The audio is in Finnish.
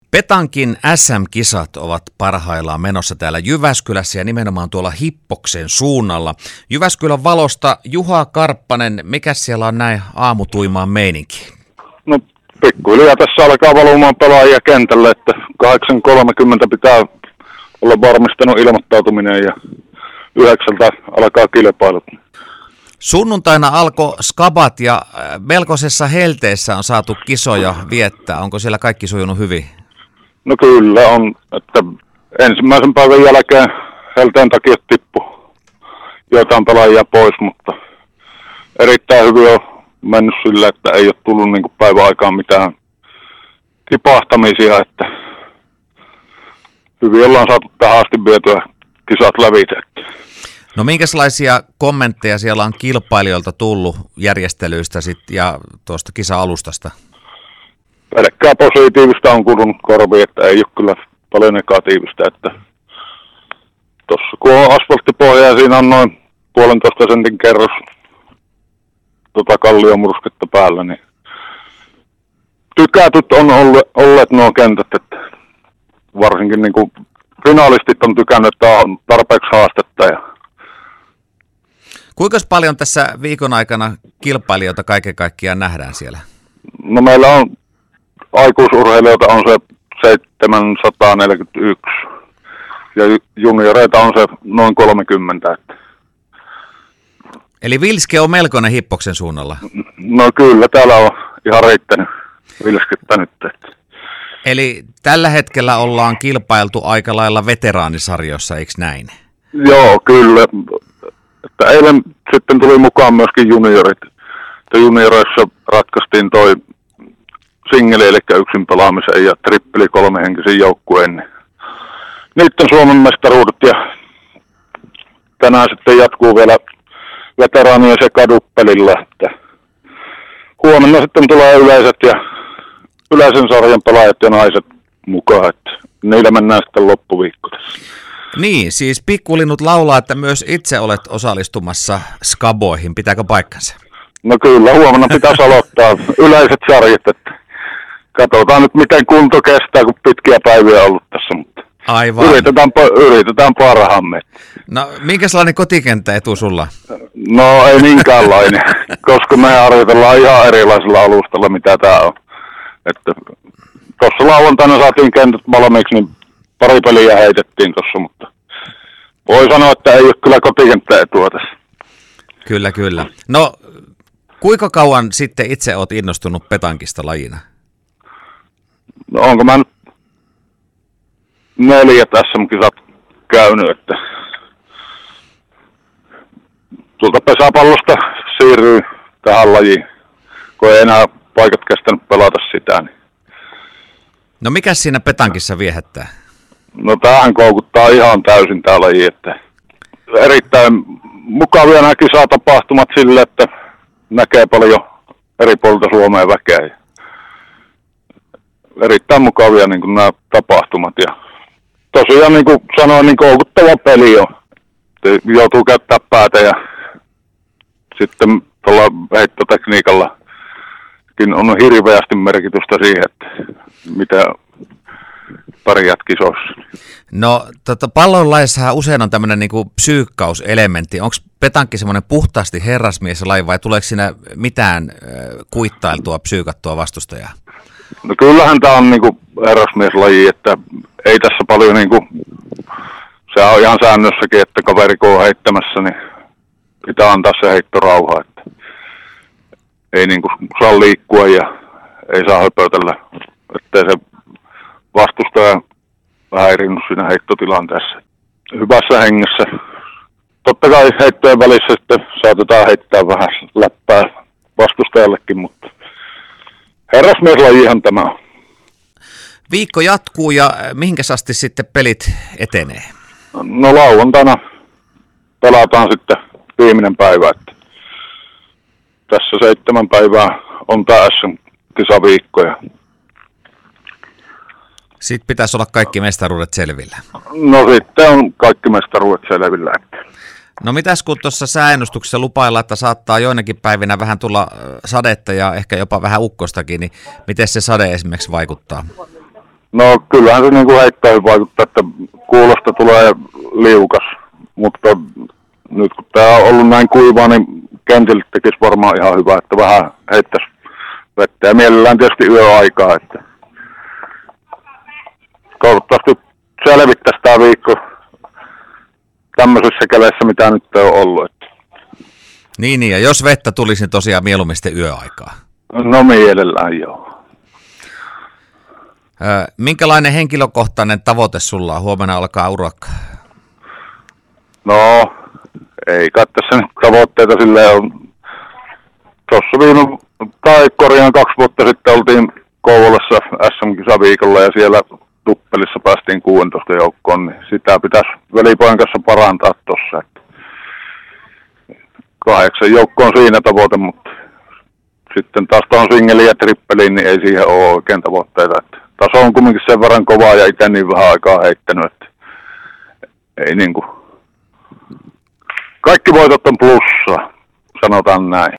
Petankin SM-kisat ovat parhaillaan menossa täällä Jyväskylässä ja nimenomaan tuolla Hippoksen suunnalla. Jyväskylän Valosta Juha Karppanen, mikä siellä on näin aamutuimaan meininki? No pikkuhiljaa tässä alkaa valumaan pelaajia kentälle, että 8.30 pitää olla varmistanut ilmoittautuminen ja 9 alkaa kilpailut. Sunnuntaina alkoi skabat ja melkoisessa helteessä on saatu kisoja viettää. Onko siellä kaikki sujunut hyvin? No kyllä on, että ensimmäisen päivän jälkeen helteen takia tippui joitain pelaajia pois, mutta erittäin hyvin on mennyt sille, että ei ole tullut niin kuin päivän aikaan mitään tipahtamisia, että hyvin ollaan saatu tähän asti vietyä kisat lävitse. No minkälaisia kommentteja siellä on kilpailijoilta tullut järjestelyistä ja tuosta kisa-alustasta? Pelkkää positiivista on kulunut korviin, että ei ole kyllä paljon negatiivista. Että tuossa kun on asfalttipohja ja siinä on noin 1,5 sentin kerros kalliomursketta päällä, niin tykätyt on olleet nuo kentät, että varsinkin niin kuin finalistit on tykännyt, että on tarpeeksi haastetta. Kuinka paljon tässä viikon aikana kilpailijoita kaiken kaikkiaan nähdään siellä? No meillä on aikuisurheilijoita on se 741 ja junioreita on se noin 30. Eli vilske on melkoinen Hippoksen suunnalla? No kyllä, täällä on ihan riittänyt vilskettä nyt. Eli tällä hetkellä ollaan kilpailtu aika lailla veteraanisarjoissa, eikö näin? Joo, kyllä. Että eilen sitten tuli mukaan myöskin juniorit. Junioreissa ratkaistiin toi singeli, eli yksin pelaamisen ja trippeli 3-henkisen joukkueen. Niiden Suomen mestaruudet ja tänään sitten jatkuu vielä veteraanien sekaduppelilla. Huomenna sitten tulee yleiset ja yleisen sarjan pelaajat ja naiset mukaan, että niillä mennään sitten loppuviikko tässä. Niin, siis pikkulinnut laulaa, että myös itse olet osallistumassa skaboihin. Pitääkö paikkansa? No kyllä, huomenna pitäisi aloittaa yleiset sarjat, että katsotaan nyt miten kunto kestää, kun pitkiä päiviä on ollut tässä, mutta aivan. Yritetään parhaamme. No, minkälainen kotikenttä etu sulla? No ei minkäänlainen, koska me harjoitellaan ihan erilaisella alustalla, mitä tää on. Että tuossa lauantaina saatiin kentät valmiiksi, niin pari peliä heitettiin tuossa, mutta voi sanoa, että ei ole kyllä kotikenttä etua tässä. Kyllä, kyllä. No, kuinka kauan sitten itse olet innostunut petankista lajina? No onko mä nyt 4 SM-kisat käynyt, että tuolta pesäpallosta siirryy tähän lajiin, kun ei enää paikat kestänyt pelata sitä. Niin. No mikäs siinä petankissa viehättää? No tämähän koukuttaa ihan täysin tää laji, että erittäin mukavia nämä kisatapahtumat sille, että näkee paljon eri puolilta Suomeen väkeä. Erittäin mukavia niin kuin nämä tapahtumat ja tosiaan niin kuin sanoin, niin koukuttava peli on. Joutuu käyttää päätä ja sitten tuolla heittotekniikallakin on hirveästi merkitystä siihen, että mitä pärjät kisoissa. No pallonlaissahan usein on tämmöinen niin kuin psyykkauselementti. Onko petankki semmoinen puhtaasti herrasmieslaji vai tuleeko siinä mitään kuittailtua, psyykattua vastustajaa? No kyllähän tämä on niinku herrasmieslaji, että ei tässä paljon niinku, se on ihan säännössäkin, että kaveri kun on heittämässä, niin pitää antaa se heittorauha, että ei niinku saa liikkua ja ei saa höpötellä, ettei se vastustaja häirinnut siinä heittotilanteessa. Hyvässä hengessä. Totta kai heittojen välissä sitten saatetaan heittää vähän läppää vastustajallekin, mutta herrasmieslajihan tämä on. Viikko jatkuu ja mihinkäs asti sitten pelit etenee? No lauantaina pelataan sitten viimeinen päivä. Että tässä 7 päivää on tämä SM-kisaviikko. Sitten pitäisi olla kaikki mestaruudet selvillä. No sitten on kaikki mestaruudet selvillä. No mitäs kun tuossa sääennustuksessa lupaillaan, että saattaa joinakin päivinä vähän tulla sadetta ja ehkä jopa vähän ukkostakin, niin miten se sade esimerkiksi vaikuttaa? No kyllähän se niinku heittoihin vaikuttaa, että kuulosta tulee liukas, mutta nyt kun tää on ollut näin kuivaa, niin kentille tekisi varmaan ihan hyvä, että vähän heittäisi vettä ja mielellään tietysti yöaikaa, että toivottavasti selvittäisi tää viikko tämmöisessä keleissä, mitä nyt on ollut. Että. Niin, ja jos vettä tulisi, niin tosiaan mieluummin sitten yöaikaa. No mielellään joo. Minkälainen henkilökohtainen tavoite sulla on? Huomenna alkaa urakka. No, ei kai tässä nyt tavoitteita silleen on. Tuossa korjaan 2 vuotta sitten oltiin Kouvolassa SM-kisaviikolla ja siellä Tuppelissa päästiin 16 joukkoon, niin sitä pitäisi velipojan kanssa parantaa tuossa. 8 joukko on siinä tavoite, mutta sitten taas tuohon singeliin ja trippeliin, niin ei siihen ole oikein tavoitteita. Taso on kumminkin sen verran kovaa ja itse niin vähän aikaa heittänyt, että ei niinku. Kaikki voitot on plussaa, sanotaan näin.